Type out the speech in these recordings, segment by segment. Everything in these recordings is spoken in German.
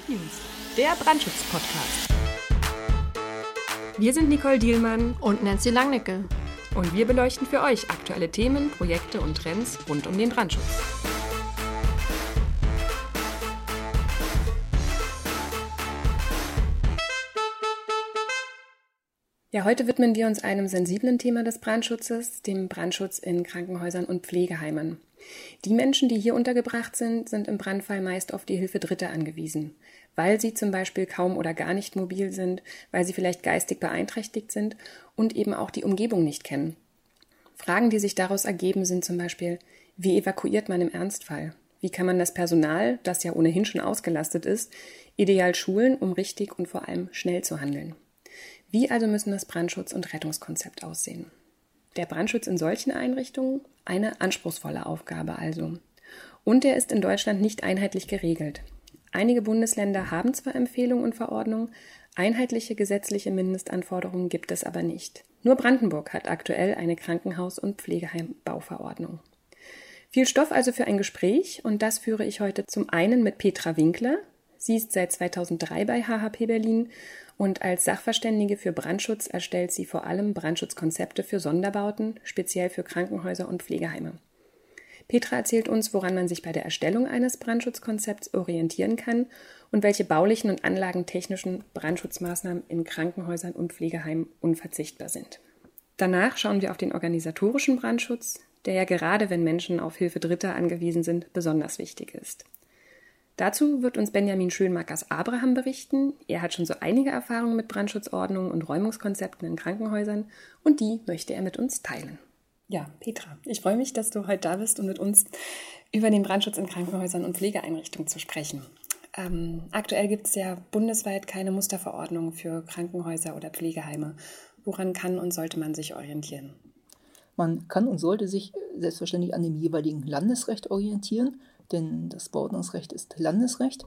Brandnews, der Brandschutz-Podcast. Wir sind Nicole Dielmann und Nancy Langnickel und wir beleuchten für euch aktuelle Themen, Projekte und Trends rund um den Brandschutz. Ja, heute widmen wir uns einem sensiblen Thema des Brandschutzes, dem Brandschutz in Krankenhäusern und Pflegeheimen. Die Menschen, die hier untergebracht sind, sind im Brandfall meist auf die Hilfe Dritter angewiesen, weil sie zum Beispiel kaum oder gar nicht mobil sind, weil sie vielleicht geistig beeinträchtigt sind und eben auch die Umgebung nicht kennen. Fragen, die sich daraus ergeben, sind zum Beispiel: Wie evakuiert man im Ernstfall? Wie kann man das Personal, das ja ohnehin schon ausgelastet ist, ideal schulen, um richtig und vor allem schnell zu handeln? Wie also müssen das Brandschutz- und Rettungskonzept aussehen? Der Brandschutz in solchen Einrichtungen? Eine anspruchsvolle Aufgabe also. Und er ist in Deutschland nicht einheitlich geregelt. Einige Bundesländer haben zwar Empfehlungen und Verordnungen, einheitliche gesetzliche Mindestanforderungen gibt es aber nicht. Nur Brandenburg hat aktuell eine Krankenhaus- und Pflegeheimbauverordnung. Viel Stoff also für ein Gespräch, und das führe ich heute zum einen mit Petra Winkler. Sie ist seit 2003 bei HHP Berlin und als Sachverständige für Brandschutz erstellt sie vor allem Brandschutzkonzepte für Sonderbauten, speziell für Krankenhäuser und Pflegeheime. Petra erzählt uns, woran man sich bei der Erstellung eines Brandschutzkonzepts orientieren kann und welche baulichen und anlagentechnischen Brandschutzmaßnahmen in Krankenhäusern und Pflegeheimen unverzichtbar sind. Danach schauen wir auf den organisatorischen Brandschutz, der ja gerade, wenn Menschen auf Hilfe Dritter angewiesen sind, besonders wichtig ist. Dazu wird uns Benjamin Schönmakers-Abraham berichten. Er hat schon so einige Erfahrungen mit Brandschutzordnungen und Räumungskonzepten in Krankenhäusern und die möchte er mit uns teilen. Ja, Petra, ich freue mich, dass du heute da bist, um mit uns über den Brandschutz in Krankenhäusern und Pflegeeinrichtungen zu sprechen. Aktuell gibt es ja bundesweit keine Musterverordnung für Krankenhäuser oder Pflegeheime. Woran kann und sollte man sich orientieren? Man kann und sollte sich selbstverständlich an dem jeweiligen Landesrecht orientieren, denn das Bauordnungsrecht ist Landesrecht.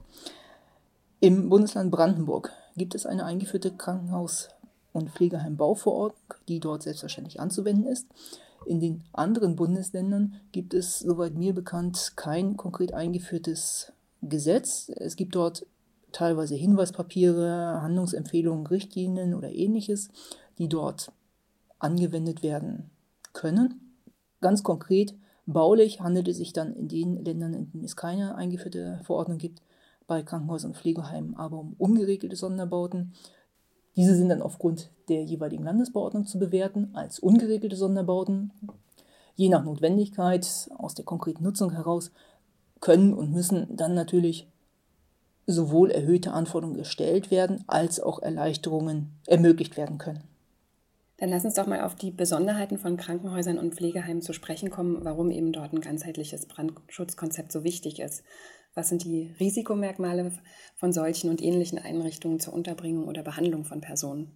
Im Bundesland Brandenburg gibt es eine eingeführte Krankenhaus- und Pflegeheimbauverordnung, die dort selbstverständlich anzuwenden ist. In den anderen Bundesländern gibt es, soweit mir bekannt, kein konkret eingeführtes Gesetz. Es gibt dort teilweise Hinweispapiere, Handlungsempfehlungen, Richtlinien oder Ähnliches, die dort angewendet werden können. Ganz konkret baulich handelt es sich dann in den Ländern, in denen es keine eingeführte Verordnung gibt, bei Krankenhäusern und Pflegeheimen aber um ungeregelte Sonderbauten. Diese sind dann aufgrund der jeweiligen Landesverordnung zu bewerten als ungeregelte Sonderbauten. Je nach Notwendigkeit aus der konkreten Nutzung heraus können und müssen dann natürlich sowohl erhöhte Anforderungen gestellt werden, als auch Erleichterungen ermöglicht werden können. Dann lass uns doch mal auf die Besonderheiten von Krankenhäusern und Pflegeheimen zu sprechen kommen, warum eben dort ein ganzheitliches Brandschutzkonzept so wichtig ist. Was sind die Risikomerkmale von solchen und ähnlichen Einrichtungen zur Unterbringung oder Behandlung von Personen?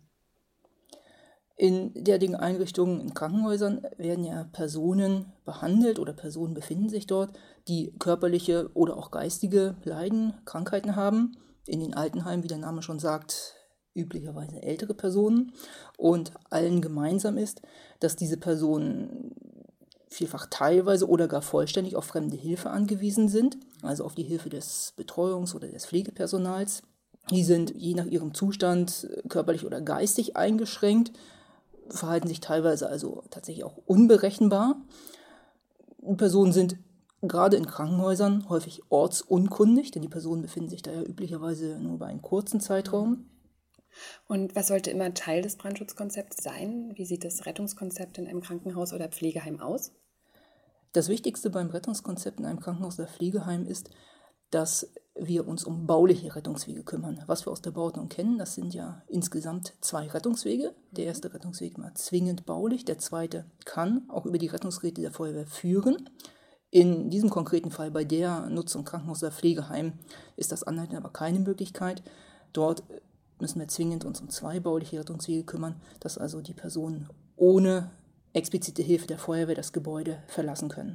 In derartigen Einrichtungen in Krankenhäusern werden ja Personen behandelt oder Personen befinden sich dort, die körperliche oder auch geistige Leiden, Krankheiten haben. In den Altenheimen, wie der Name schon sagt, üblicherweise ältere Personen, und allen gemeinsam ist, dass diese Personen vielfach teilweise oder gar vollständig auf fremde Hilfe angewiesen sind, also auf die Hilfe des Betreuungs- oder des Pflegepersonals. Die sind je nach ihrem Zustand körperlich oder geistig eingeschränkt, verhalten sich teilweise also tatsächlich auch unberechenbar. Personen sind gerade in Krankenhäusern häufig ortsunkundig, denn die Personen befinden sich da ja üblicherweise nur über einen kurzen Zeitraum. Und was sollte immer Teil des Brandschutzkonzepts sein? Wie sieht das Rettungskonzept in einem Krankenhaus oder Pflegeheim aus? Das Wichtigste beim Rettungskonzept in einem Krankenhaus oder Pflegeheim ist, dass wir uns um bauliche Rettungswege kümmern. Was wir aus der Bauordnung kennen, das sind ja insgesamt 2 Rettungswege. Der erste Rettungsweg war zwingend baulich, der zweite kann auch über die Rettungsgeräte der Feuerwehr führen. In diesem konkreten Fall, bei der Nutzung Krankenhaus oder Pflegeheim, ist das Anhalten aber keine Möglichkeit. Dort müssen wir zwingend uns um 2 bauliche Rettungswege kümmern, dass also die Personen ohne explizite Hilfe der Feuerwehr das Gebäude verlassen können.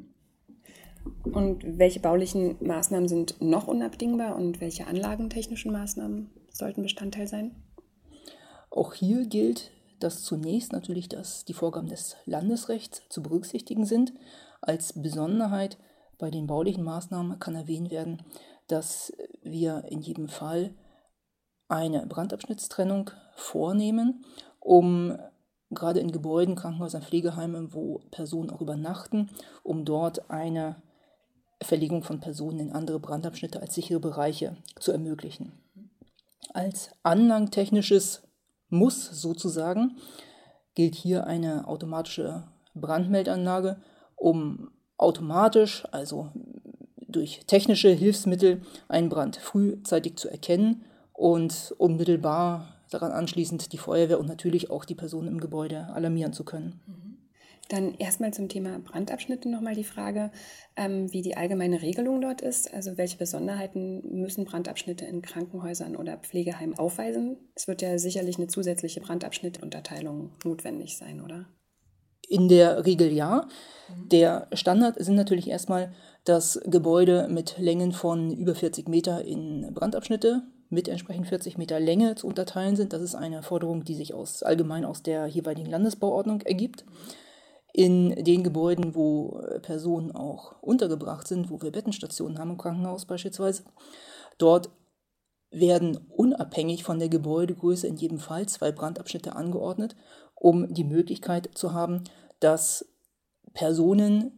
Und welche baulichen Maßnahmen sind noch unabdingbar und welche anlagentechnischen Maßnahmen sollten Bestandteil sein? Auch hier gilt, dass zunächst natürlich die Vorgaben des Landesrechts zu berücksichtigen sind. Als Besonderheit bei den baulichen Maßnahmen kann erwähnt werden, dass wir in jedem Fall eine Brandabschnittstrennung vornehmen, um gerade in Gebäuden, Krankenhäusern, Pflegeheimen, wo Personen auch übernachten, um dort eine Verlegung von Personen in andere Brandabschnitte als sichere Bereiche zu ermöglichen. Als anlagentechnisches Muss sozusagen gilt hier eine automatische Brandmeldanlage, um automatisch, also durch technische Hilfsmittel, einen Brand frühzeitig zu erkennen und unmittelbar daran anschließend die Feuerwehr und natürlich auch die Personen im Gebäude alarmieren zu können. Dann erstmal zum Thema Brandabschnitte nochmal die Frage, wie die allgemeine Regelung dort ist. Also welche Besonderheiten müssen Brandabschnitte in Krankenhäusern oder Pflegeheimen aufweisen? Es wird ja sicherlich eine zusätzliche Brandabschnittunterteilung notwendig sein, oder? In der Regel ja. Der Standard sind natürlich erstmal, dass Gebäude mit Längen von über 40 Meter in Brandabschnitte mit entsprechend 40 Meter Länge zu unterteilen sind. Das ist eine Forderung, die sich allgemein aus der jeweiligen Landesbauordnung ergibt. In den Gebäuden, wo Personen auch untergebracht sind, wo wir Bettenstationen haben, im Krankenhaus beispielsweise, dort werden unabhängig von der Gebäudegröße in jedem Fall 2 Brandabschnitte angeordnet, um die Möglichkeit zu haben, dass Personen,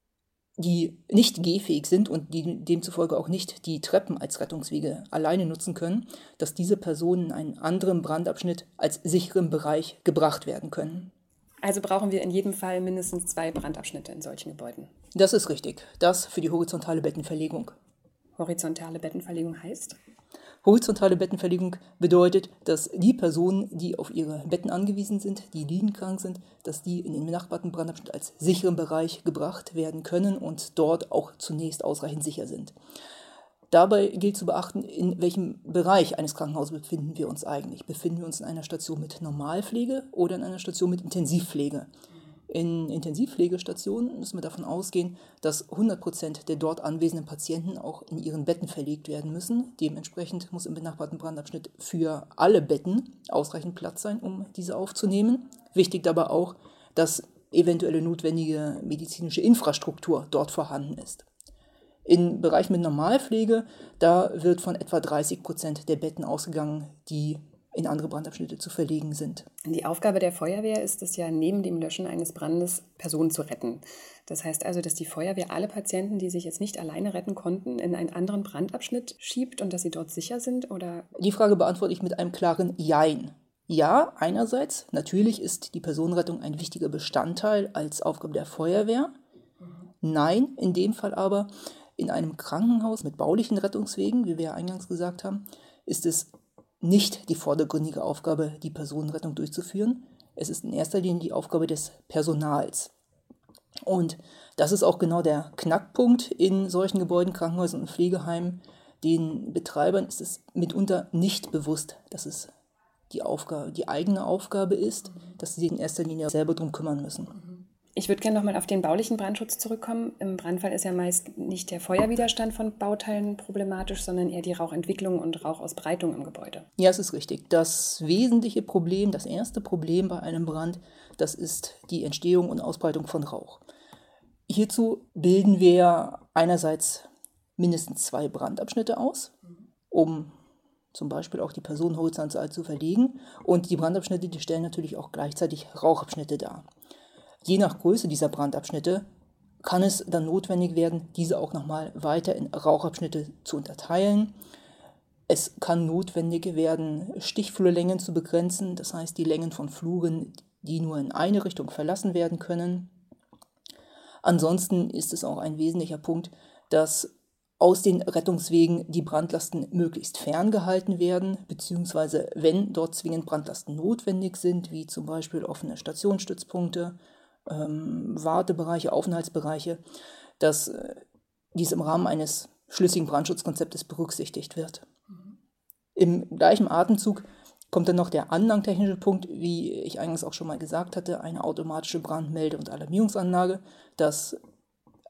die nicht gehfähig sind und die demzufolge auch nicht die Treppen als Rettungswege alleine nutzen können, dass diese Personen in einen anderen Brandabschnitt als sicheren Bereich gebracht werden können. Also brauchen wir in jedem Fall mindestens 2 Brandabschnitte in solchen Gebäuden. Das ist richtig. Das für die horizontale Bettenverlegung. Horizontale Bettenverlegung heißt? Horizontale Bettenverlegung bedeutet, dass die Personen, die auf ihre Betten angewiesen sind, die liegend krank sind, dass die in den benachbarten Brandabschnitt als sicheren Bereich gebracht werden können und dort auch zunächst ausreichend sicher sind. Dabei gilt zu beachten, in welchem Bereich eines Krankenhauses befinden wir uns eigentlich. Befinden wir uns in einer Station mit Normalpflege oder in einer Station mit Intensivpflege? In Intensivpflegestationen müssen wir davon ausgehen, dass 100% der dort anwesenden Patienten auch in ihren Betten verlegt werden müssen. Dementsprechend muss im benachbarten Brandabschnitt für alle Betten ausreichend Platz sein, um diese aufzunehmen. Wichtig dabei auch, dass eventuelle notwendige medizinische Infrastruktur dort vorhanden ist. In Bereichen mit Normalpflege, da wird von etwa 30% der Betten ausgegangen, die in andere Brandabschnitte zu verlegen sind. Die Aufgabe der Feuerwehr ist es ja, neben dem Löschen eines Brandes Personen zu retten. Das heißt also, dass die Feuerwehr alle Patienten, die sich jetzt nicht alleine retten konnten, in einen anderen Brandabschnitt schiebt und dass sie dort sicher sind, oder? Die Frage beantworte ich mit einem klaren Jein. Ja, einerseits, natürlich ist die Personenrettung ein wichtiger Bestandteil als Aufgabe der Feuerwehr. Nein, in dem Fall aber, in einem Krankenhaus mit baulichen Rettungswegen, wie wir ja eingangs gesagt haben, ist es nicht die vordergründige Aufgabe, die Personenrettung durchzuführen. Es ist in erster Linie die Aufgabe des Personals. Und das ist auch genau der Knackpunkt in solchen Gebäuden, Krankenhäusern und Pflegeheimen. Den Betreibern ist es mitunter nicht bewusst, dass es die eigene Aufgabe ist, dass sie sich in erster Linie selber darum kümmern müssen. Ich würde gerne nochmal auf den baulichen Brandschutz zurückkommen. Im Brandfall ist ja meist nicht der Feuerwiderstand von Bauteilen problematisch, sondern eher die Rauchentwicklung und Rauchausbreitung im Gebäude. Ja, es ist richtig. Das wesentliche Problem, das erste Problem bei einem Brand, das ist die Entstehung und Ausbreitung von Rauch. Hierzu bilden wir einerseits mindestens 2 Brandabschnitte aus, um zum Beispiel auch die Personen horizontal zu verlegen. Und die Brandabschnitte, die stellen natürlich auch gleichzeitig Rauchabschnitte dar. Je nach Größe dieser Brandabschnitte kann es dann notwendig werden, diese auch nochmal weiter in Rauchabschnitte zu unterteilen. Es kann notwendig werden, Stichflurlängen zu begrenzen, das heißt die Längen von Fluren, die nur in eine Richtung verlassen werden können. Ansonsten ist es auch ein wesentlicher Punkt, dass aus den Rettungswegen die Brandlasten möglichst ferngehalten werden, beziehungsweise wenn dort zwingend Brandlasten notwendig sind, wie zum Beispiel offene Stationsstützpunkte, Wartebereiche, Aufenthaltsbereiche, dass dies im Rahmen eines schlüssigen Brandschutzkonzeptes berücksichtigt wird. Im gleichen Atemzug kommt dann noch der anlagentechnische Punkt, wie ich eingangs auch schon mal gesagt hatte, eine automatische Brandmelde- und Alarmierungsanlage, dass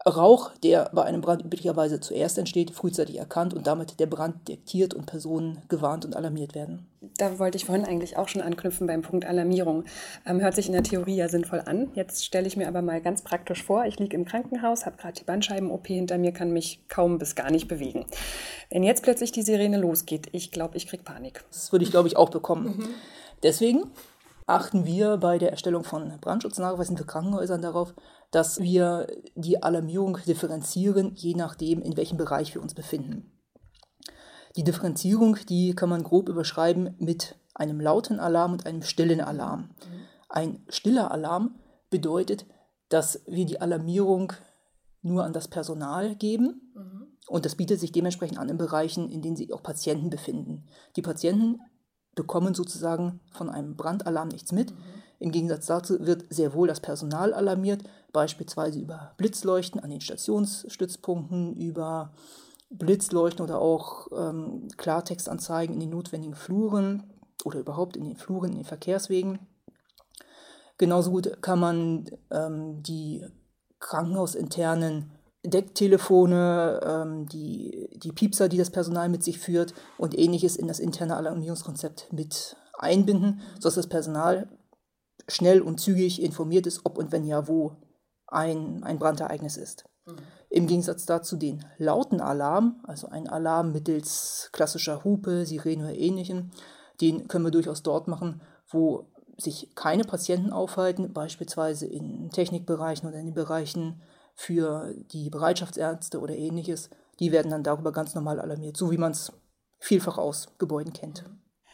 Rauch, der bei einem Brand üblicherweise zuerst entsteht, frühzeitig erkannt und damit der Brand detektiert und Personen gewarnt und alarmiert werden. Da wollte ich vorhin eigentlich auch schon anknüpfen beim Punkt Alarmierung. Hört sich in der Theorie ja sinnvoll an. Jetzt stelle ich mir aber mal ganz praktisch vor, ich liege im Krankenhaus, habe gerade die Bandscheiben-OP hinter mir, kann mich kaum bis gar nicht bewegen. Wenn jetzt plötzlich die Sirene losgeht, ich glaube, ich kriege Panik. Das würde ich, glaube ich, auch bekommen. Deswegen achten wir bei der Erstellung von Brandschutznachweisen für Krankenhäusern darauf, dass wir die Alarmierung differenzieren, je nachdem, in welchem Bereich wir uns befinden. Die Differenzierung, die kann man grob überschreiben mit einem lauten Alarm und einem stillen Alarm. Ein stiller Alarm bedeutet, dass wir die Alarmierung nur an das Personal geben und das bietet sich dementsprechend an in Bereichen, in denen sich auch Patienten befinden. Die Patienten bekommen sozusagen von einem Brandalarm nichts mit. Im Gegensatz dazu wird sehr wohl das Personal alarmiert, beispielsweise über Blitzleuchten an den Stationsstützpunkten, über Blitzleuchten oder auch Klartextanzeigen in den notwendigen Fluren oder überhaupt in den Fluren, in den Verkehrswegen. Genauso gut kann man die krankenhausinternen Decktelefone, die Piepser, die das Personal mit sich führt und Ähnliches in das interne Alarmierungskonzept mit einbinden, sodass das Personal schnell und zügig informiert ist, ob und wenn ja, wo ein Brandereignis ist. Im Gegensatz dazu den lauten Alarm, also ein Alarm mittels klassischer Hupe, Sirene oder Ähnlichem, den können wir durchaus dort machen, wo sich keine Patienten aufhalten, beispielsweise in Technikbereichen oder in den Bereichen für die Bereitschaftsärzte oder Ähnliches. Die werden dann darüber ganz normal alarmiert, so wie man es vielfach aus Gebäuden kennt.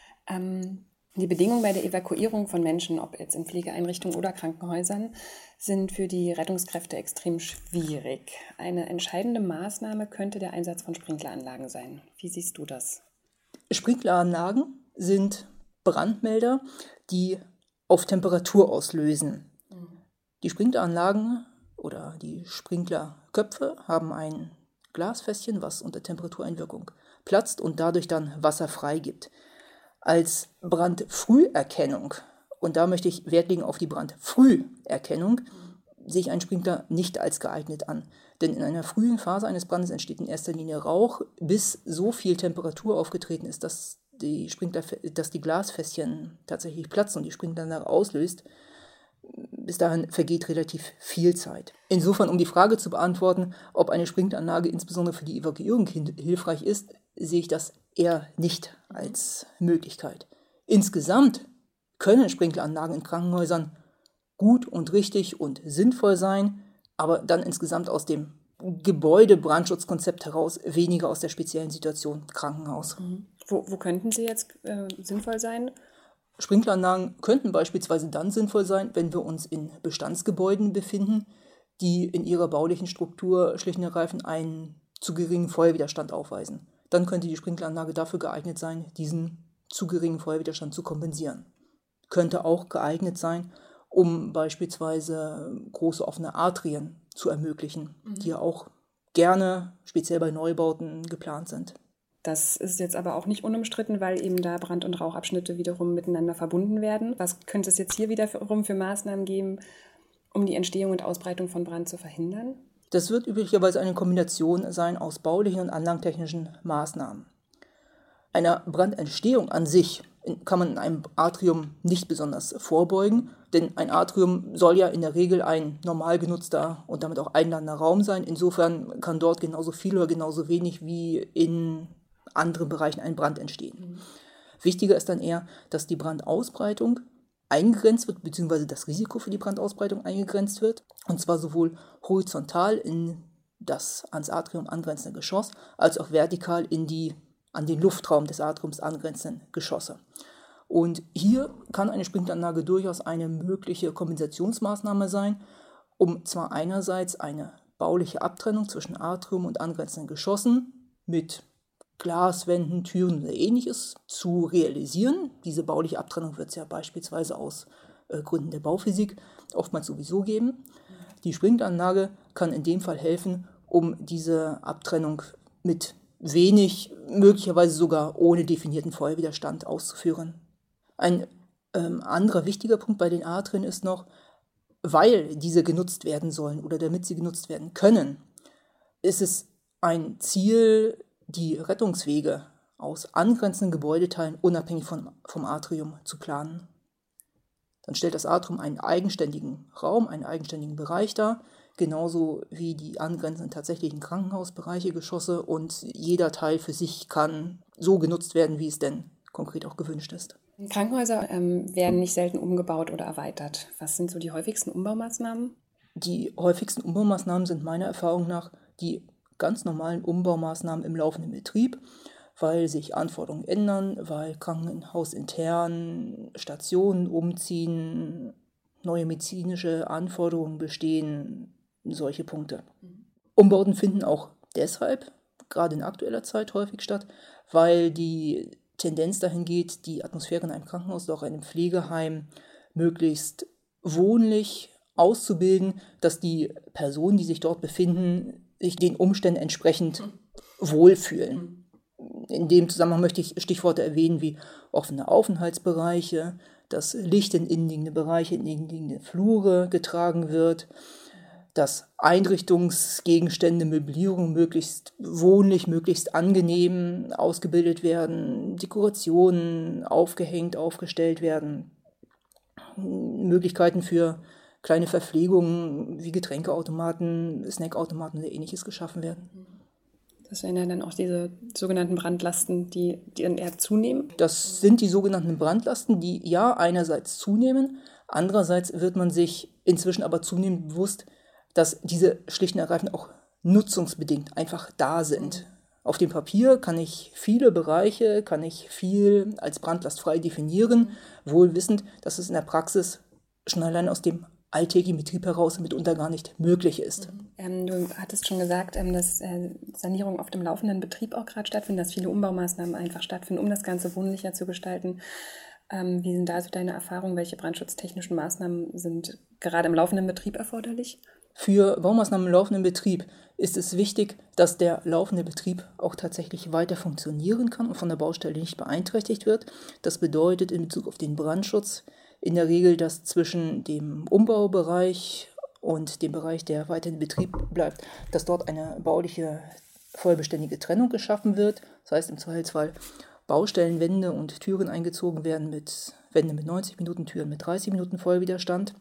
Die Bedingungen bei der Evakuierung von Menschen, ob jetzt in Pflegeeinrichtungen oder Krankenhäusern, sind für die Rettungskräfte extrem schwierig. Eine entscheidende Maßnahme könnte der Einsatz von Sprinkleranlagen sein. Wie siehst du das? Sprinkleranlagen sind Brandmelder, die auf Temperatur auslösen. Die Sprinkleranlagen oder die Sprinklerköpfe haben ein Glasfässchen, was unter Temperatureinwirkung platzt und dadurch dann Wasser freigibt. Als Brandfrüherkennung, und da möchte ich Wert legen auf die Brandfrüherkennung, sehe ich einen Sprinkler nicht als geeignet an. Denn in einer frühen Phase eines Brandes entsteht in erster Linie Rauch, bis so viel Temperatur aufgetreten ist, dass die Glasfässchen tatsächlich platzen und die Sprinkleranlage auslöst. Bis dahin vergeht relativ viel Zeit. Insofern, um die Frage zu beantworten, ob eine Sprinkleranlage insbesondere für die Evakuierung hilfreich ist, sehe ich das eher nicht als Möglichkeit. Insgesamt können Sprinkleranlagen in Krankenhäusern gut und richtig und sinnvoll sein, aber dann insgesamt aus dem Gebäude-Brandschutzkonzept heraus, weniger aus der speziellen Situation Krankenhaus. Wo könnten sie jetzt sinnvoll sein? Sprinkleranlagen könnten beispielsweise dann sinnvoll sein, wenn wir uns in Bestandsgebäuden befinden, die in ihrer baulichen Struktur schlicht und ergreifend einen zu geringen Feuerwiderstand aufweisen. Dann könnte die Sprinkleranlage dafür geeignet sein, diesen zu geringen Feuerwiderstand zu kompensieren. Könnte auch geeignet sein, um beispielsweise große offene Atrien zu ermöglichen, die ja auch gerne speziell bei Neubauten geplant sind. Das ist jetzt aber auch nicht unumstritten, weil eben da Brand- und Rauchabschnitte wiederum miteinander verbunden werden. Was könnte es jetzt hier wiederum für Maßnahmen geben, um die Entstehung und Ausbreitung von Brand zu verhindern? Das wird üblicherweise eine Kombination sein aus baulichen und anlagentechnischen Maßnahmen. Einer Brandentstehung an sich kann man in einem Atrium nicht besonders vorbeugen, denn ein Atrium soll ja in der Regel ein normal genutzter und damit auch einladender Raum sein. Insofern kann dort genauso viel oder genauso wenig wie in anderen Bereichen ein Brand entstehen. Wichtiger ist dann eher, dass die Brandausbreitung eingegrenzt wird, beziehungsweise das Risiko für die Brandausbreitung eingegrenzt wird, und zwar sowohl horizontal in das ans Atrium angrenzende Geschoss, als auch vertikal an den Luftraum des Atriums angrenzenden Geschosse. Und hier kann eine Sprinkleranlage durchaus eine mögliche Kompensationsmaßnahme sein, um zwar einerseits eine bauliche Abtrennung zwischen Atrium und angrenzenden Geschossen mit Glaswänden, Türen oder Ähnliches zu realisieren. Diese bauliche Abtrennung wird es ja beispielsweise aus Gründen der Bauphysik oftmals sowieso geben. Die Sprinkleranlage kann in dem Fall helfen, um diese Abtrennung mit wenig, möglicherweise sogar ohne definierten Feuerwiderstand auszuführen. Ein anderer wichtiger Punkt bei den Atrien ist noch, weil diese genutzt werden sollen oder damit sie genutzt werden können, ist es ein Ziel, die Rettungswege aus angrenzenden Gebäudeteilen unabhängig vom Atrium zu planen. Dann stellt das Atrium einen eigenständigen Raum, einen eigenständigen Bereich dar, genauso wie die angrenzenden tatsächlichen Krankenhausbereiche, Geschosse, und jeder Teil für sich kann so genutzt werden, wie es denn konkret auch gewünscht ist. Krankenhäuser werden nicht selten umgebaut oder erweitert. Was sind so die häufigsten Umbaumaßnahmen? Die häufigsten Umbaumaßnahmen sind meiner Erfahrung nach die ganz normalen Umbaumaßnahmen im laufenden Betrieb, weil sich Anforderungen ändern, weil krankenhausintern Stationen umziehen, neue medizinische Anforderungen bestehen, solche Punkte. Umbauten finden auch deshalb, gerade in aktueller Zeit, häufig statt, weil die Tendenz dahin geht, die Atmosphäre in einem Krankenhaus oder auch einem Pflegeheim möglichst wohnlich auszubilden, dass die Personen, die sich dort befinden, sich den Umständen entsprechend wohlfühlen. In dem Zusammenhang möchte ich Stichworte erwähnen wie offene Aufenthaltsbereiche, dass Licht in innenliegende Bereiche, in innenliegende Flure getragen wird, dass Einrichtungsgegenstände, Möblierung möglichst wohnlich, möglichst angenehm ausgebildet werden, Dekorationen aufgehängt, aufgestellt werden, Möglichkeiten für kleine Verpflegungen wie Getränkeautomaten, Snackautomaten oder Ähnliches geschaffen werden. Das wären ja dann auch diese sogenannten Brandlasten, die dann eher zunehmen? Das sind die sogenannten Brandlasten, die ja einerseits zunehmen, andererseits wird man sich inzwischen aber zunehmend bewusst, dass diese schlicht und ergreifend auch nutzungsbedingt einfach da sind. Auf dem Papier kann ich viele Bereiche, kann ich viel als brandlastfrei definieren, wohl wissend, dass es in der Praxis schon allein aus dem alltäglichen Betrieb heraus mitunter gar nicht möglich ist. Du hattest schon gesagt, dass Sanierungen auf dem laufenden Betrieb auch gerade stattfinden, dass viele Umbaumaßnahmen einfach stattfinden, um das Ganze wohnlicher zu gestalten. Wie sind da also deine Erfahrungen? Welche brandschutztechnischen Maßnahmen sind gerade im laufenden Betrieb erforderlich? Für Baumaßnahmen im laufenden Betrieb ist es wichtig, dass der laufende Betrieb auch tatsächlich weiter funktionieren kann und von der Baustelle nicht beeinträchtigt wird. Das bedeutet in Bezug auf den Brandschutz in der Regel, dass zwischen dem Umbaubereich und dem Bereich, der weiter in Betrieb bleibt, dass dort eine bauliche, vollbeständige Trennung geschaffen wird. Das heißt im Zweifelsfall Baustellenwände und Türen eingezogen werden mit Wände mit 90 Minuten, Türen mit 30 Minuten Vollwiderstand.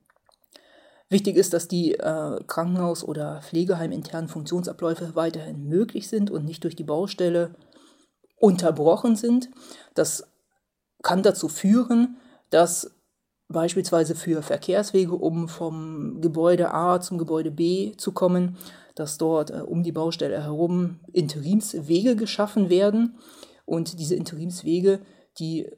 Wichtig ist, dass die Krankenhaus- oder Pflegeheiminternen Funktionsabläufe weiterhin möglich sind und nicht durch die Baustelle unterbrochen sind. Das kann dazu führen, dass beispielsweise für Verkehrswege, um vom Gebäude A zum Gebäude B zu kommen, dass dort um die Baustelle herum Interimswege geschaffen werden. Und diese Interimswege, die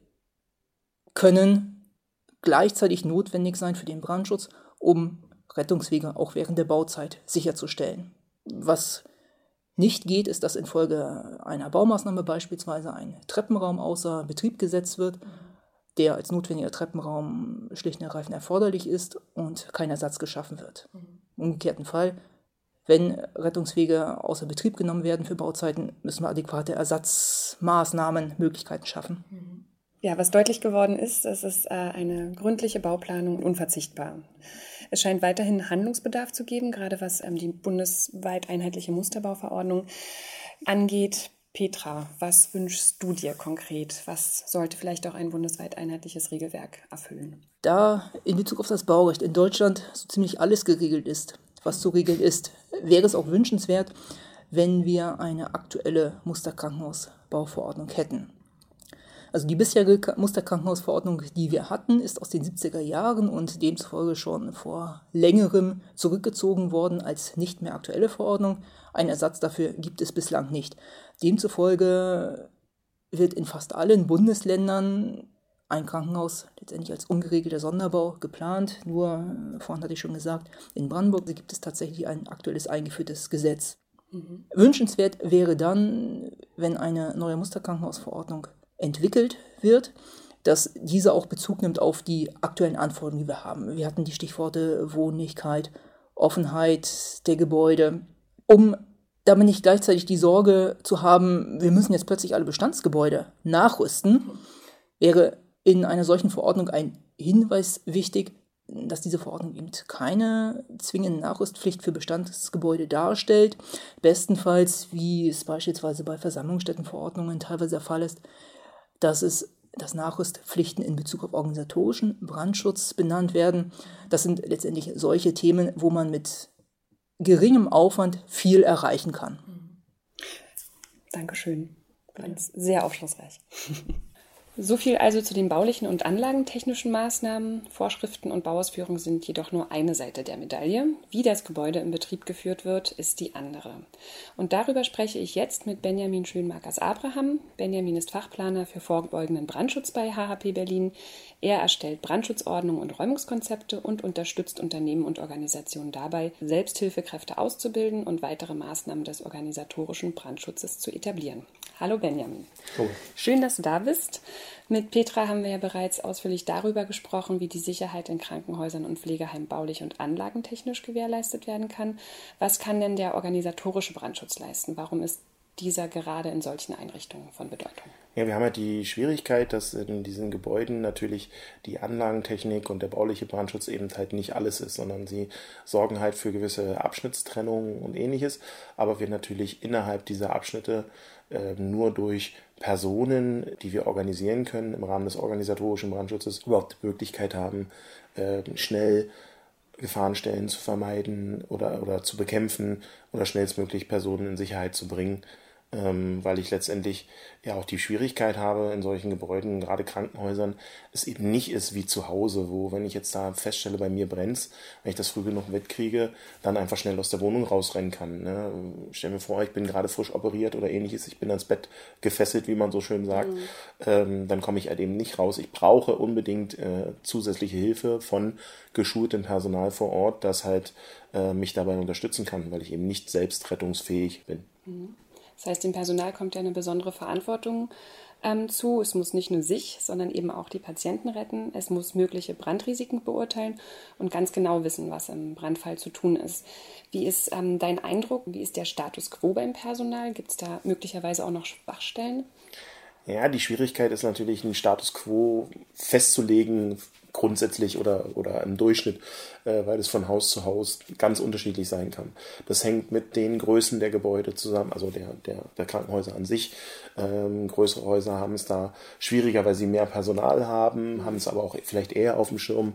können gleichzeitig notwendig sein für den Brandschutz, um Rettungswege auch während der Bauzeit sicherzustellen. Was nicht geht, ist, dass infolge einer Baumaßnahme beispielsweise ein Treppenraum außer Betrieb gesetzt wird, der als notwendiger Treppenraum schlicht und ergreifend erforderlich ist und kein Ersatz geschaffen wird. Im umgekehrten Fall, wenn Rettungswege außer Betrieb genommen werden für Bauzeiten, müssen wir adäquate Ersatzmaßnahmen, Möglichkeiten schaffen. Ja, was deutlich geworden ist, es ist eine gründliche Bauplanung unverzichtbar. Es scheint weiterhin Handlungsbedarf zu geben, gerade was die bundesweit einheitliche Musterbauverordnung angeht. Petra, was wünschst du dir konkret? Was sollte vielleicht auch ein bundesweit einheitliches Regelwerk erfüllen? Da in Bezug auf das Baurecht in Deutschland so ziemlich alles geregelt ist, was zu regeln ist, wäre es auch wünschenswert, wenn wir eine aktuelle Musterkrankenhausbauverordnung hätten. Also die bisherige Musterkrankenhausverordnung, die wir hatten, ist aus den 70er Jahren und demzufolge schon vor längerem zurückgezogen worden als nicht mehr aktuelle Verordnung. Einen Ersatz dafür gibt es bislang nicht. Demzufolge wird in fast allen Bundesländern ein Krankenhaus letztendlich als ungeregelter Sonderbau geplant. Nur, vorhin hatte ich schon gesagt, in Brandenburg gibt es tatsächlich ein aktuelles eingeführtes Gesetz. Wünschenswert wäre dann, wenn eine neue Musterkrankenhausverordnung entwickelt wird, dass diese auch Bezug nimmt auf die aktuellen Anforderungen, die wir haben. Wir hatten die Stichworte Wohnlichkeit, Offenheit der Gebäude, um damit nicht gleichzeitig die Sorge zu haben, wir müssen jetzt plötzlich alle Bestandsgebäude nachrüsten, wäre in einer solchen Verordnung ein Hinweis wichtig, dass diese Verordnung eben keine zwingende Nachrüstpflicht für Bestandsgebäude darstellt. Bestenfalls, wie es beispielsweise bei Versammlungsstättenverordnungen teilweise der Fall ist, dass Nachrüstpflichten in Bezug auf organisatorischen Brandschutz benannt werden. Das sind letztendlich solche Themen, wo man mit geringem Aufwand viel erreichen kann. Dankeschön. Ganz sehr aufschlussreich. So viel also zu den baulichen und anlagentechnischen Maßnahmen. Vorschriften und Bauausführung sind jedoch nur eine Seite der Medaille. Wie das Gebäude in Betrieb geführt wird, ist die andere. Und darüber spreche ich jetzt mit Benjamin Schönmakers-Abraham. Benjamin ist Fachplaner für vorbeugenden Brandschutz bei HHP Berlin. Er erstellt Brandschutzordnungen und Räumungskonzepte und unterstützt Unternehmen und Organisationen dabei, Selbsthilfekräfte auszubilden und weitere Maßnahmen des organisatorischen Brandschutzes zu etablieren. Hallo Benjamin. Oh. Schön, dass du da bist. Mit Petra haben wir ja bereits ausführlich darüber gesprochen, wie die Sicherheit in Krankenhäusern und Pflegeheimen baulich und anlagentechnisch gewährleistet werden kann. Was kann denn der organisatorische Brandschutz leisten? Warum ist dieser gerade in solchen Einrichtungen von Bedeutung? Ja, wir haben halt die Schwierigkeit, dass in diesen Gebäuden natürlich die Anlagentechnik und der bauliche Brandschutz eben halt nicht alles ist, sondern sie sorgen halt für gewisse Abschnittstrennungen und Ähnliches, aber wir natürlich innerhalb dieser Abschnitte nur durch Personen, die wir organisieren können, im Rahmen des organisatorischen Brandschutzes überhaupt die Möglichkeit haben, schnell Gefahrenstellen zu vermeiden oder zu bekämpfen oder schnellstmöglich Personen in Sicherheit zu bringen, weil ich letztendlich ja auch die Schwierigkeit habe in solchen Gebäuden, gerade Krankenhäusern, es eben nicht ist wie zu Hause, wo, wenn ich jetzt da feststelle, bei mir brennt's, wenn ich das früh genug mitkriege, dann einfach schnell aus der Wohnung rausrennen kann. Ne? Stell mir vor, ich bin gerade frisch operiert oder ähnliches, ich bin ans Bett gefesselt, wie man so schön sagt, dann komme ich halt eben nicht raus. Ich brauche unbedingt zusätzliche Hilfe von geschultem Personal vor Ort, das halt mich dabei unterstützen kann, weil ich eben nicht selbst rettungsfähig bin. Das heißt, dem Personal kommt ja eine besondere Verantwortung zu. Es muss nicht nur sich, sondern eben auch die Patienten retten. Es muss mögliche Brandrisiken beurteilen und ganz genau wissen, was im Brandfall zu tun ist. Wie ist dein Eindruck? Wie ist der Status quo beim Personal? Gibt es da möglicherweise auch noch Schwachstellen? Ja, die Schwierigkeit ist natürlich, einen Status quo festzulegen, grundsätzlich oder im Durchschnitt, weil es von Haus zu Haus ganz unterschiedlich sein kann. Das hängt mit den Größen der Gebäude zusammen, also der Krankenhäuser an sich. Größere Häuser haben es da schwieriger, weil sie mehr Personal haben es aber auch vielleicht eher auf dem Schirm,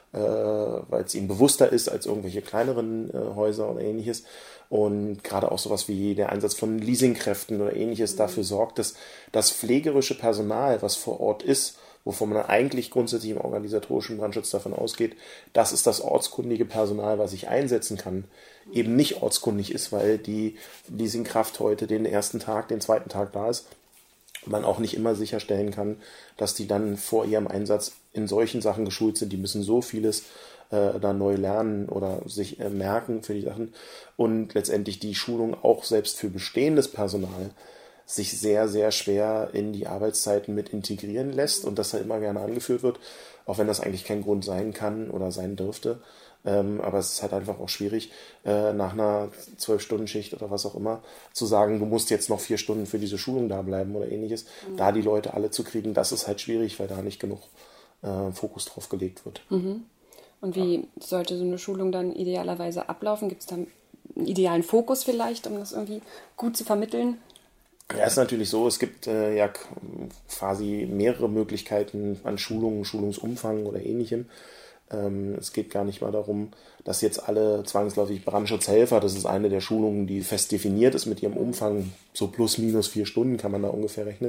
weil es ihnen bewusster ist als irgendwelche kleineren Häuser oder ähnliches. Und gerade auch sowas wie der Einsatz von Leasingkräften oder ähnliches dafür sorgt, dass das pflegerische Personal, was vor Ort ist, wovon man eigentlich grundsätzlich im organisatorischen Brandschutz davon ausgeht, das ist das ortskundige Personal, was ich einsetzen kann, eben nicht ortskundig ist, weil die Leasingkraft heute den ersten Tag, den zweiten Tag da ist, man auch nicht immer sicherstellen kann, dass die dann vor ihrem Einsatz in solchen Sachen geschult sind. Die müssen so vieles da neu lernen oder sich merken für die Sachen und letztendlich die Schulung auch selbst für bestehendes Personal sich sehr, sehr schwer in die Arbeitszeiten mit integrieren lässt und das halt immer gerne angeführt wird, auch wenn das eigentlich kein Grund sein kann oder sein dürfte. Aber es ist halt einfach auch schwierig, nach einer 12-Stunden-Schicht oder was auch immer, zu sagen, du musst jetzt noch 4 Stunden für diese Schulung da bleiben oder ähnliches. Da die Leute alle zu kriegen, das ist halt schwierig, weil da nicht genug Fokus drauf gelegt wird. Und wie sollte so eine Schulung dann idealerweise ablaufen? Gibt es da einen idealen Fokus vielleicht, um das irgendwie gut zu vermitteln? Ja, ist natürlich so, es gibt ja quasi mehrere Möglichkeiten an Schulungen, Schulungsumfang oder ähnlichem. Es geht gar nicht mal darum, dass jetzt alle zwangsläufig Brandschutzhelfer, das ist eine der Schulungen, die fest definiert ist mit ihrem Umfang, so plus minus 4 Stunden kann man da ungefähr rechnen,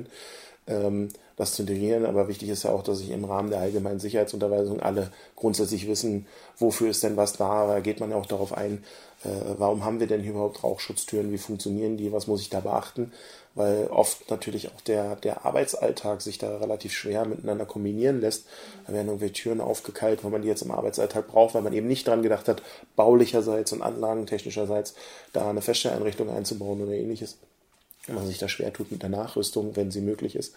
das zu integrieren. Aber wichtig ist ja auch, dass sich im Rahmen der allgemeinen Sicherheitsunterweisung alle grundsätzlich wissen, wofür ist denn was da. Da geht man ja auch darauf ein, warum haben wir denn hier überhaupt Rauchschutztüren, wie funktionieren die, was muss ich da beachten, weil oft natürlich auch der Arbeitsalltag sich da relativ schwer miteinander kombinieren lässt. Da werden irgendwelche Türen aufgekeilt, weil man die jetzt im Arbeitsalltag braucht, weil man eben nicht dran gedacht hat, baulicherseits und anlagentechnischerseits da eine Feststelleinrichtung einzubauen oder ähnliches. Wenn man sich da schwer tut mit der Nachrüstung, wenn sie möglich ist.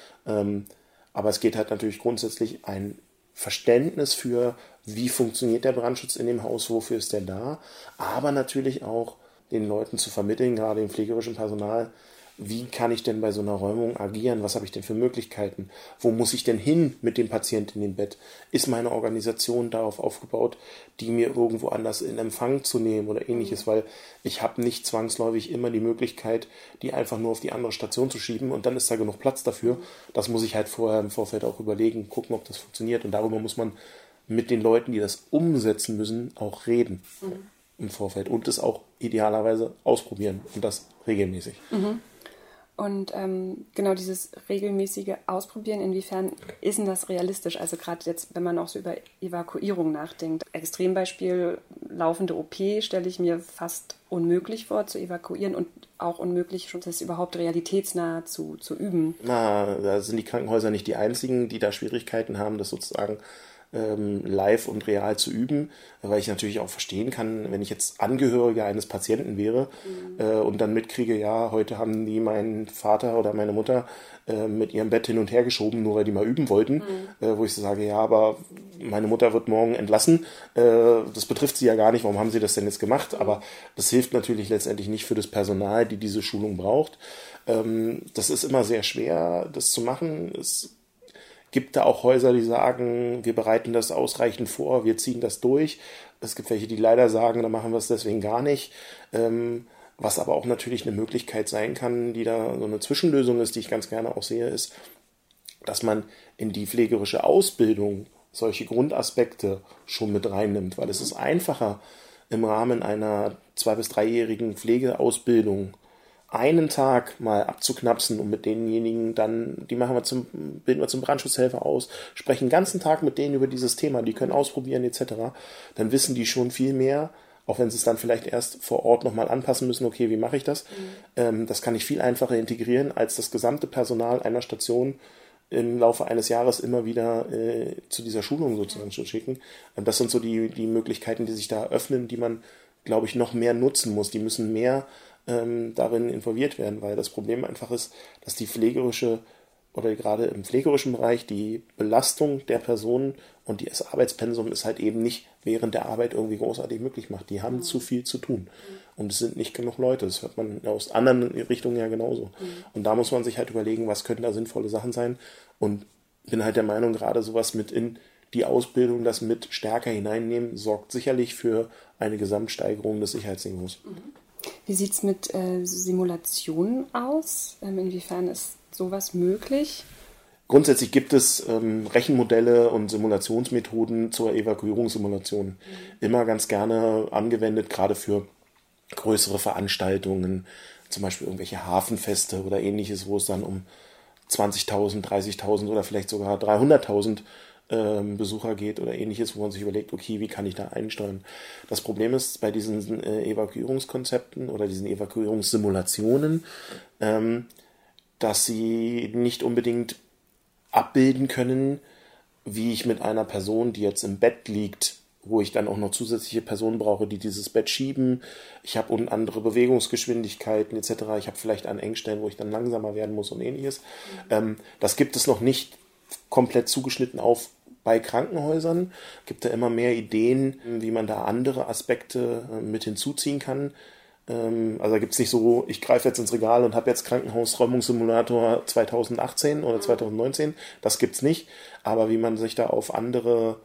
Aber es geht halt natürlich grundsätzlich ein Verständnis für, wie funktioniert der Brandschutz in dem Haus, wofür ist der da, aber natürlich auch den Leuten zu vermitteln, gerade dem pflegerischen Personal, wie kann ich denn bei so einer Räumung agieren, was habe ich denn für Möglichkeiten, wo muss ich denn hin mit dem Patienten im Bett, ist meine Organisation darauf aufgebaut, die mir irgendwo anders in Empfang zu nehmen oder ähnliches, weil ich habe nicht zwangsläufig immer die Möglichkeit, die einfach nur auf die andere Station zu schieben und dann ist da genug Platz dafür. Das muss ich halt vorher im Vorfeld auch überlegen, gucken, ob das funktioniert und darüber muss man mit den Leuten, die das umsetzen müssen, auch reden im Vorfeld und es auch idealerweise ausprobieren und das regelmäßig. Und genau dieses regelmäßige Ausprobieren, inwiefern ist denn das realistisch? Also gerade jetzt, wenn man auch so über Evakuierung nachdenkt. Extrembeispiel, laufende OP stelle ich mir fast unmöglich vor zu evakuieren und auch unmöglich, schon das überhaupt realitätsnah zu üben. Da sind die Krankenhäuser nicht die einzigen, die da Schwierigkeiten haben, das sozusagen live und real zu üben, weil ich natürlich auch verstehen kann, wenn ich jetzt Angehöriger eines Patienten wäre und dann mitkriege, ja, heute haben die meinen Vater oder meine Mutter mit ihrem Bett hin und her geschoben, nur weil die mal üben wollten, wo ich so sage, ja, aber meine Mutter wird morgen entlassen, das betrifft sie ja gar nicht, warum haben sie das denn jetzt gemacht? Aber das hilft natürlich letztendlich nicht für das Personal, die diese Schulung braucht. Das ist immer sehr schwer, das zu machen. Es gibt da auch Häuser, die sagen, wir bereiten das ausreichend vor, wir ziehen das durch. Es gibt welche, die leider sagen, da machen wir es deswegen gar nicht. Was aber auch natürlich eine Möglichkeit sein kann, die da so eine Zwischenlösung ist, die ich ganz gerne auch sehe, ist, dass man in die pflegerische Ausbildung solche Grundaspekte schon mit reinnimmt, weil es ist einfacher im Rahmen einer 2- bis 3-jährigen Pflegeausbildung einen Tag mal abzuknapsen und mit denjenigen dann, bilden wir zum Brandschutzhelfer aus, sprechen den ganzen Tag mit denen über dieses Thema, die können ausprobieren etc., dann wissen die schon viel mehr, auch wenn sie es dann vielleicht erst vor Ort nochmal anpassen müssen, okay, wie mache ich das? Das kann ich viel einfacher integrieren, als das gesamte Personal einer Station im Laufe eines Jahres immer wieder zu dieser Schulung sozusagen zu schicken. Das sind so die Möglichkeiten, die sich da öffnen, die man, glaube ich, noch mehr nutzen muss. Die müssen mehr darin involviert werden, weil das Problem einfach ist, dass die pflegerische oder gerade im pflegerischen Bereich die Belastung der Personen und das Arbeitspensum ist halt eben nicht während der Arbeit irgendwie großartig möglich macht. Die haben zu viel zu tun und es sind nicht genug Leute. Das hört man aus anderen Richtungen ja genauso. Und da muss man sich halt überlegen, was könnten da sinnvolle Sachen sein und bin halt der Meinung, gerade sowas mit in die Ausbildung, das mit stärker hineinnehmen, sorgt sicherlich für eine Gesamtsteigerung des Sicherheitsniveaus. Wie sieht es mit Simulationen aus? Inwiefern ist sowas möglich? Grundsätzlich gibt es Rechenmodelle und Simulationsmethoden zur Evakuierungssimulation. Immer ganz gerne angewendet, gerade für größere Veranstaltungen, zum Beispiel irgendwelche Hafenfeste oder ähnliches, wo es dann um 20.000, 30.000 oder vielleicht sogar 300.000 Besucher geht oder ähnliches, wo man sich überlegt, okay, wie kann ich da einsteuern? Das Problem ist bei diesen Evakuierungskonzepten oder diesen Evakuierungssimulationen, dass sie nicht unbedingt abbilden können, wie ich mit einer Person, die jetzt im Bett liegt, wo ich dann auch noch zusätzliche Personen brauche, die dieses Bett schieben. Ich habe andere Bewegungsgeschwindigkeiten etc. Ich habe vielleicht an Engstellen, wo ich dann langsamer werden muss und ähnliches. Das gibt es noch nicht komplett zugeschnitten auf bei Krankenhäusern. Gibt da immer mehr Ideen, wie man da andere Aspekte mit hinzuziehen kann. Also da gibt es nicht so, ich greife jetzt ins Regal und habe jetzt Krankenhausräumungssimulator 2018 oder 2019. Das gibt's nicht. Aber wie man sich da auf andere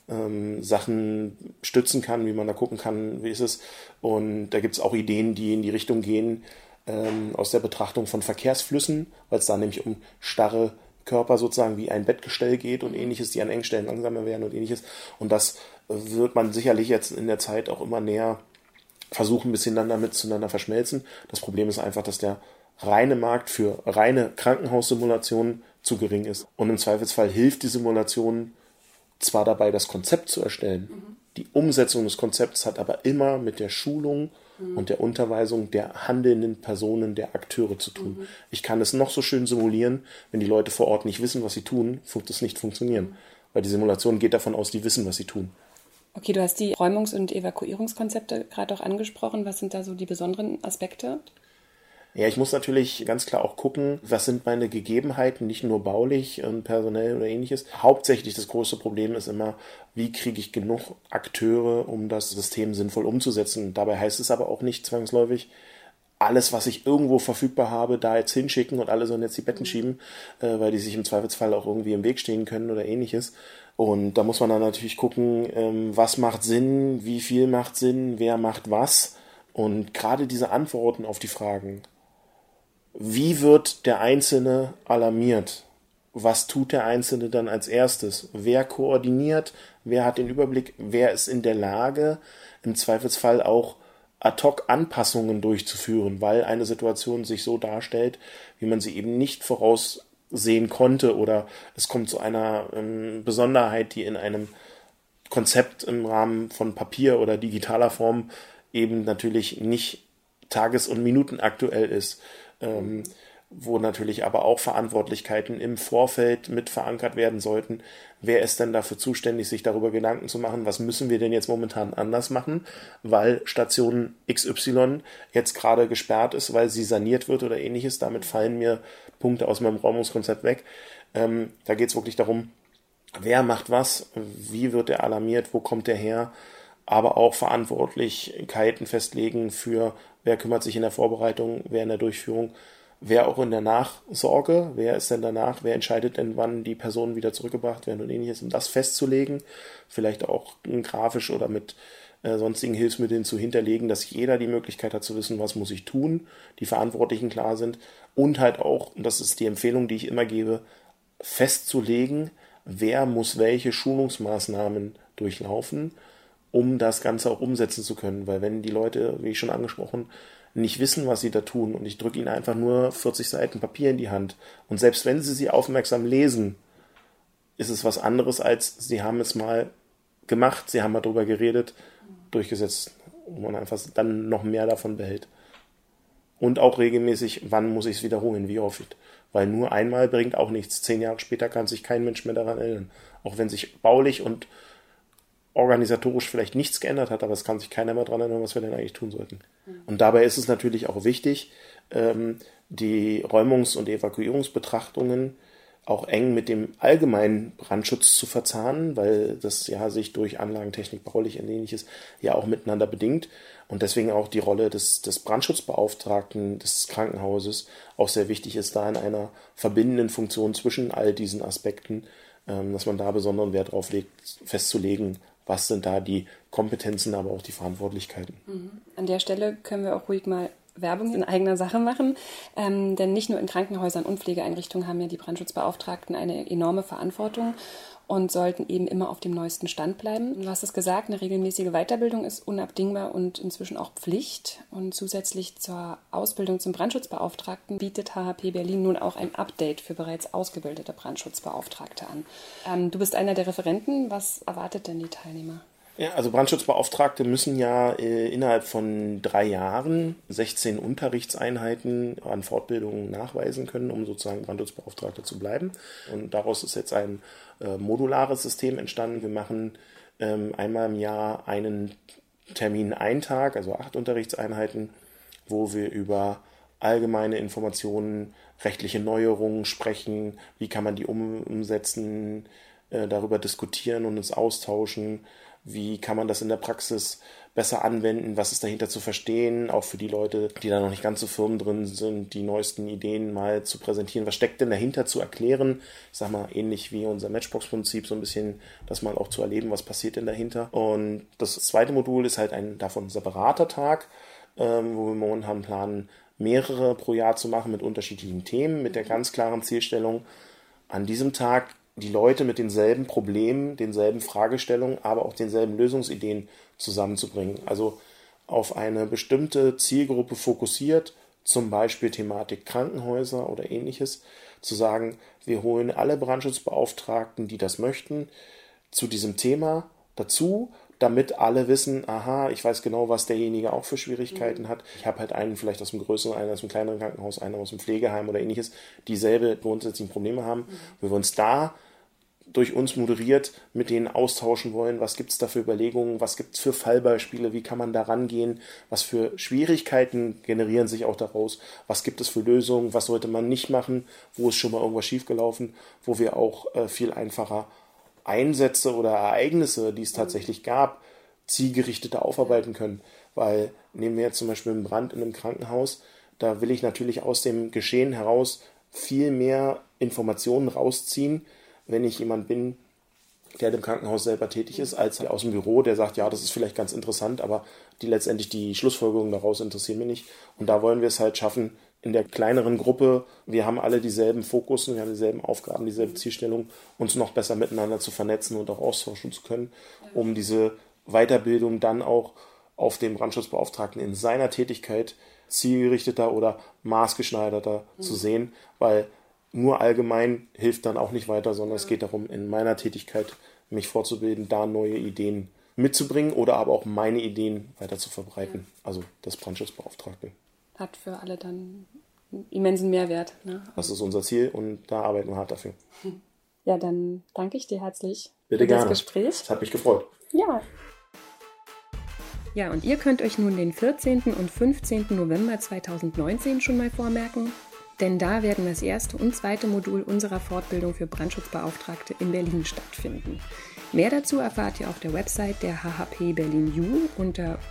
Sachen stützen kann, wie man da gucken kann, wie ist es. Und da gibt es auch Ideen, die in die Richtung gehen, aus der Betrachtung von Verkehrsflüssen, weil es da nämlich um starre Körper sozusagen wie ein Bettgestell geht und ähnliches, die an Engstellen langsamer werden und ähnliches. Und das wird man sicherlich jetzt in der Zeit auch immer näher versuchen, bis miteinander verschmelzen. Das Problem ist einfach, dass der reine Markt für reine Krankenhaussimulationen zu gering ist. Und im Zweifelsfall hilft die Simulation zwar dabei, das Konzept zu erstellen, die Umsetzung des Konzepts hat aber immer mit der Schulung und der Unterweisung der handelnden Personen, der Akteure zu tun. Ich kann es noch so schön simulieren, wenn die Leute vor Ort nicht wissen, was sie tun, wird es nicht funktionieren. Weil die Simulation geht davon aus, die wissen, was sie tun. Okay, du hast die Räumungs- und Evakuierungskonzepte gerade auch angesprochen. Was sind da so die besonderen Aspekte? Ja, ich muss natürlich ganz klar auch gucken, was sind meine Gegebenheiten, nicht nur baulich und personell oder ähnliches. Hauptsächlich das große Problem ist immer, wie kriege ich genug Akteure, um das System sinnvoll umzusetzen. Dabei heißt es aber auch nicht zwangsläufig, alles, was ich irgendwo verfügbar habe, da jetzt hinschicken und alle sollen jetzt die Betten schieben, weil die sich im Zweifelsfall auch irgendwie im Weg stehen können oder ähnliches. Und da muss man dann natürlich gucken, was macht Sinn, wie viel macht Sinn, wer macht was. Und gerade diese Antworten auf die Fragen, wie wird der Einzelne alarmiert? Was tut der Einzelne dann als erstes? Wer koordiniert? Wer hat den Überblick? Wer ist in der Lage, im Zweifelsfall auch ad hoc Anpassungen durchzuführen, weil eine Situation sich so darstellt, wie man sie eben nicht voraussehen konnte oder es kommt zu einer Besonderheit, die in einem Konzept im Rahmen von Papier oder digitaler Form eben natürlich nicht tages- und minutenaktuell ist, wo natürlich aber auch Verantwortlichkeiten im Vorfeld mit verankert werden sollten. Wer ist denn dafür zuständig, sich darüber Gedanken zu machen, was müssen wir denn jetzt momentan anders machen, weil Station XY jetzt gerade gesperrt ist, weil sie saniert wird oder ähnliches. Damit fallen mir Punkte aus meinem Räumungskonzept weg. Da geht es wirklich darum, wer macht was, wie wird er alarmiert, wo kommt er her, aber auch Verantwortlichkeiten festlegen für, wer kümmert sich in der Vorbereitung, wer in der Durchführung, wer auch in der Nachsorge, wer ist denn danach, wer entscheidet denn, wann die Personen wieder zurückgebracht werden und ähnliches, um das festzulegen, vielleicht auch grafisch oder mit sonstigen Hilfsmitteln zu hinterlegen, dass jeder die Möglichkeit hat zu wissen, was muss ich tun, die Verantwortlichen klar sind und halt auch, und das ist die Empfehlung, die ich immer gebe, festzulegen, wer muss welche Schulungsmaßnahmen durchlaufen, um das Ganze auch umsetzen zu können, weil wenn die Leute, wie ich schon angesprochen, nicht wissen, was sie da tun und ich drücke ihnen einfach nur 40 Seiten Papier in die Hand und selbst wenn sie aufmerksam lesen, ist es was anderes als sie haben es mal gemacht, sie haben mal drüber geredet, durchgesetzt, wo man einfach dann noch mehr davon behält. Und auch regelmäßig, wann muss ich es wiederholen, wie oft. Weil nur einmal bringt auch nichts. 10 Jahre später kann sich kein Mensch mehr daran erinnern. Auch wenn sich baulich und organisatorisch vielleicht nichts geändert hat, aber es kann sich keiner mehr daran erinnern, was wir denn eigentlich tun sollten. Und dabei ist es natürlich auch wichtig, die Räumungs- und Evakuierungsbetrachtungen auch eng mit dem allgemeinen Brandschutz zu verzahnen, weil das ja sich durch Anlagentechnik, baulich und ähnliches ja auch miteinander bedingt und deswegen auch die Rolle des Brandschutzbeauftragten des Krankenhauses auch sehr wichtig ist, da in einer verbindenden Funktion zwischen all diesen Aspekten, dass man da besonderen Wert drauf legt, festzulegen, was sind da die Kompetenzen, aber auch die Verantwortlichkeiten. An der Stelle können wir auch ruhig mal Werbung in eigener Sache machen, denn nicht nur in Krankenhäusern und Pflegeeinrichtungen haben ja die Brandschutzbeauftragten eine enorme Verantwortung und sollten eben immer auf dem neuesten Stand bleiben. Du hast es gesagt, eine regelmäßige Weiterbildung ist unabdingbar und inzwischen auch Pflicht. Und zusätzlich zur Ausbildung zum Brandschutzbeauftragten bietet HHP Berlin nun auch ein Update für bereits ausgebildete Brandschutzbeauftragte an. Du bist einer der Referenten. Was erwartet denn die Teilnehmer? Ja, also Brandschutzbeauftragte müssen ja innerhalb von 3 Jahren 16 Unterrichtseinheiten an Fortbildungen nachweisen können, um sozusagen Brandschutzbeauftragter zu bleiben. Und daraus ist jetzt ein modulares System entstanden. Wir machen einmal im Jahr einen Termin, einen Tag, also 8 Unterrichtseinheiten, wo wir über allgemeine Informationen, rechtliche Neuerungen sprechen, wie kann man die umsetzen, darüber diskutieren und uns austauschen. Wie kann man das in der Praxis besser anwenden? Was ist dahinter zu verstehen? Auch für die Leute, die da noch nicht ganz so firm drin sind, die neuesten Ideen mal zu präsentieren. Was steckt denn dahinter zu erklären? Ich sag mal, ähnlich wie unser Matchbox-Prinzip, so ein bisschen das mal auch zu erleben, was passiert denn dahinter. Und das zweite Modul ist halt ein davon separater Tag, wo wir momentan planen, mehrere pro Jahr zu machen mit unterschiedlichen Themen, mit der ganz klaren Zielstellung, an diesem Tag die Leute mit denselben Problemen, denselben Fragestellungen, aber auch denselben Lösungsideen zusammenzubringen. Also auf eine bestimmte Zielgruppe fokussiert, zum Beispiel Thematik Krankenhäuser oder ähnliches, zu sagen, wir holen alle Brandschutzbeauftragten, die das möchten, zu diesem Thema dazu, damit alle wissen, aha, ich weiß genau, was derjenige auch für Schwierigkeiten hat. Ich habe halt einen vielleicht aus dem größeren, einen aus dem kleineren Krankenhaus, einen aus dem Pflegeheim oder ähnliches, dieselbe grundsätzlichen Probleme haben. Wir uns da durch uns moderiert mit denen austauschen wollen, was gibt es da für Überlegungen, was gibt es für Fallbeispiele, wie kann man da rangehen, was für Schwierigkeiten generieren sich auch daraus, was gibt es für Lösungen, was sollte man nicht machen, wo ist schon mal irgendwas schiefgelaufen, wo wir auch viel einfacher Einsätze oder Ereignisse, die es tatsächlich gab, zielgerichteter aufarbeiten können. Weil nehmen wir jetzt zum Beispiel einen Brand in einem Krankenhaus, da will ich natürlich aus dem Geschehen heraus viel mehr Informationen rausziehen, wenn ich jemand bin, der im Krankenhaus selber tätig ist, als aus dem Büro, der sagt, ja, das ist vielleicht ganz interessant, aber letztendlich die Schlussfolgerungen daraus interessieren mich nicht. Und da wollen wir es halt schaffen, in der kleineren Gruppe, wir haben alle dieselben Fokussen, wir haben dieselben Aufgaben, dieselbe Zielstellung, uns noch besser miteinander zu vernetzen und auch austauschen zu können, um diese Weiterbildung dann auch auf den Brandschutzbeauftragten in seiner Tätigkeit zielgerichteter oder maßgeschneiderter zu sehen, weil nur allgemein hilft dann auch nicht weiter, sondern es geht darum, in meiner Tätigkeit mich fortzubilden, da neue Ideen mitzubringen oder aber auch meine Ideen weiter zu verbreiten, also des Brandschutzbeauftragten. Hat für alle dann einen immensen Mehrwert. Ne? Das ist unser Ziel und da arbeiten wir hart dafür. Ja, dann danke ich dir herzlich Bitte für gerne. das Gespräch. Es hat mich gefreut. Ja. Ja, und ihr könnt euch nun den 14. und 15. November 2019 schon mal vormerken, denn da werden das erste und zweite Modul unserer Fortbildung für Brandschutzbeauftragte in Berlin stattfinden. Mehr dazu erfahrt ihr auf der Website der HHP Berlin U unter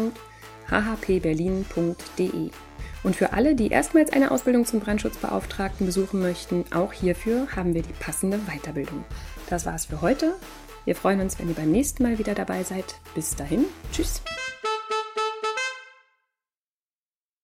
u.hhpberlin.de. Und für alle, die erstmals eine Ausbildung zum Brandschutzbeauftragten besuchen möchten, auch hierfür haben wir die passende Weiterbildung. Das war's für heute. Wir freuen uns, wenn ihr beim nächsten Mal wieder dabei seid. Bis dahin, tschüss!